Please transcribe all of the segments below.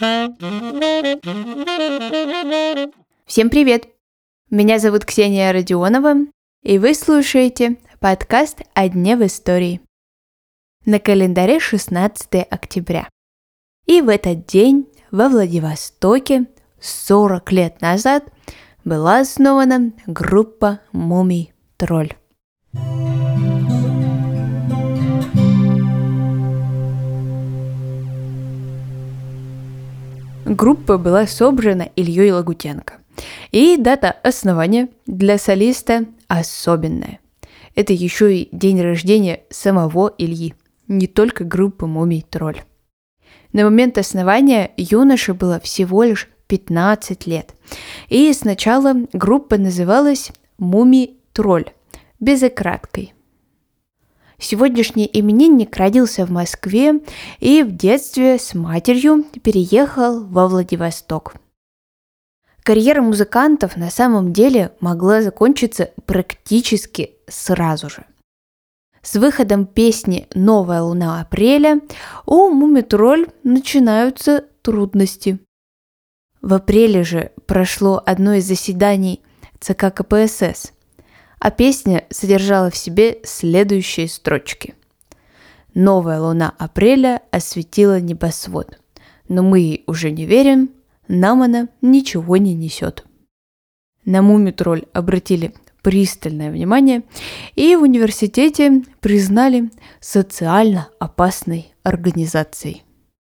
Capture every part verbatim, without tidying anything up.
Всем привет! Меня зовут Ксения Родионова, и вы слушаете подкаст «О дне в истории». На календаре шестнадцатое октября. И в этот день во Владивостоке сорок лет назад была основана группа «Мумий-тролль». Группа была собрана Ильей Лагутенко. И дата основания для солиста особенная. Это еще и день рождения самого Ильи, не только группы «Мумий-тролль». На момент основания юноше было всего лишь пятнадцать лет. И сначала группа называлась «Мумий-тролль», без краткой. Сегодняшний именинник родился в Москве и в детстве с матерью переехал во Владивосток. Карьера музыкантов на самом деле могла закончиться практически сразу же. С выходом песни «Новая луна апреля» у «Мумий-тролль» начинаются трудности. В апреле же прошло одно из заседаний ЦК КПСС, а песня содержала в себе следующие строчки. «Новая луна апреля осветила небосвод, но мы ей уже не верим, нам она ничего не несет». На «Мумий-тролль» обратили пристальное внимание и в университете признали социально опасной организацией.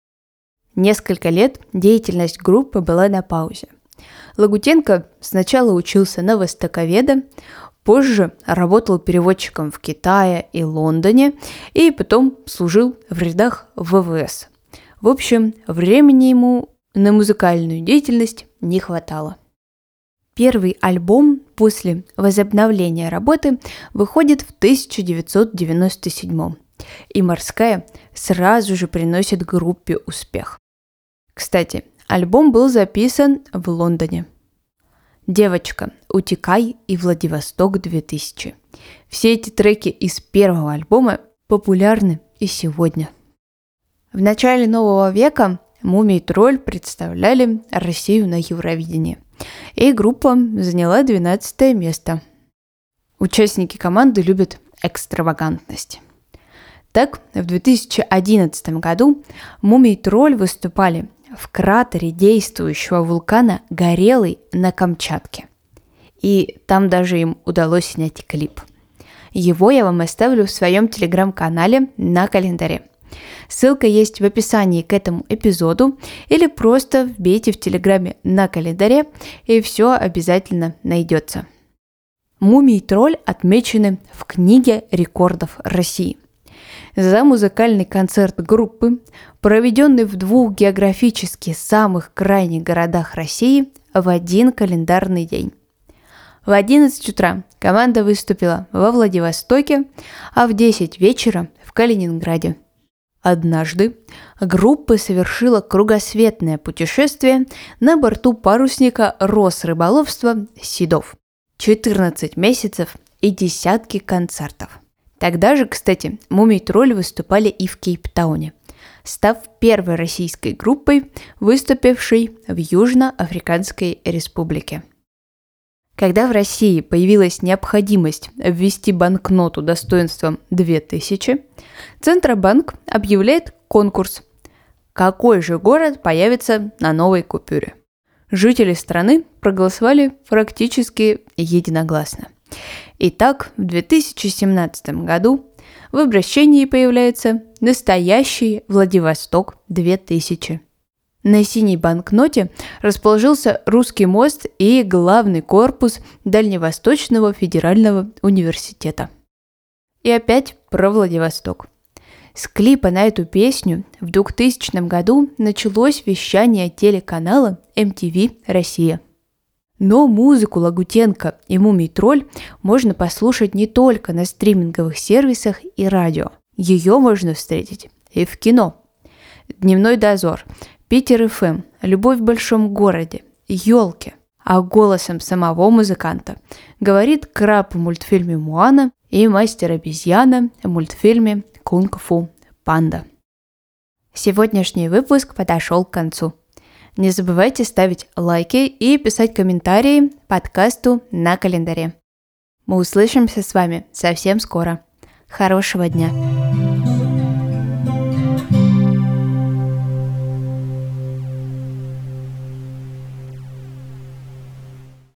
Несколько лет деятельность группы была на паузе. Лагутенко сначала учился на востоковеда, позже работал переводчиком в Китае и Лондоне и потом служил в рядах ВВС. В общем, времени ему на музыкальную деятельность не хватало. Первый альбом после возобновления работы выходит в тысяча девятьсот девяносто седьмом, и «Морская» сразу же приносит группе успех. Кстати, альбом был записан в Лондоне. «Девочка», «Утекай» и «Владивосток две тысячи». Все эти треки из первого альбома популярны и сегодня. В начале нового века «Мумий-тролль» представляли Россию на Евровидении, и группа заняла двенадцатое место. Участники команды любят экстравагантность. Так, в две тысячи одиннадцатом году «Мумий-тролль» выступали в кратере действующего вулкана Горелый на Камчатке. И там даже им удалось снять клип. Его я вам оставлю в своем телеграм-канале на календаре. Ссылка есть в описании к этому эпизоду, или просто вбейте в телеграме на календаре, и все обязательно найдется. «Мумий-тролль» отмечены в книге рекордов России. За музыкальный концерт группы, проведенный в двух географически самых крайних городах России в один календарный день. В одиннадцать утра команда выступила во Владивостоке, а в десять вечера в Калининграде. Однажды группа совершила кругосветное путешествие на борту парусника Росрыболовства «Седов». четырнадцать месяцев и десятки концертов. Тогда же, кстати, «Мумий-тролль» выступали и в Кейптауне, став первой российской группой, выступившей в Южноафриканской республике. Когда в России появилась необходимость ввести банкноту достоинством две тысячи, Центробанк объявляет конкурс «Какой же город появится на новой купюре?». Жители страны проголосовали практически единогласно. Итак, в две тысячи семнадцатом году в обращении появляется настоящий Владивосток две тысячи. На синей банкноте расположился Русский мост и главный корпус Дальневосточного федерального университета. И опять про Владивосток. С клипа на эту песню в двухтысячном году началось вещание телеканала эм ти ви «Россия». Но музыку Лагутенко и «Мумий-тролль» можно послушать не только на стриминговых сервисах и радио. Ее можно встретить и в кино. «Дневной дозор», «Питер эф эм», «Любовь в большом городе», «Елки». А голосом самого музыканта говорит краб в мультфильме «Моана» и мастер-обезьяна в мультфильме «Кунг-фу панда». Сегодняшний выпуск подошел к концу. Не забывайте ставить лайки и писать комментарии подкасту на календаре. Мы услышимся с вами совсем скоро. Хорошего дня!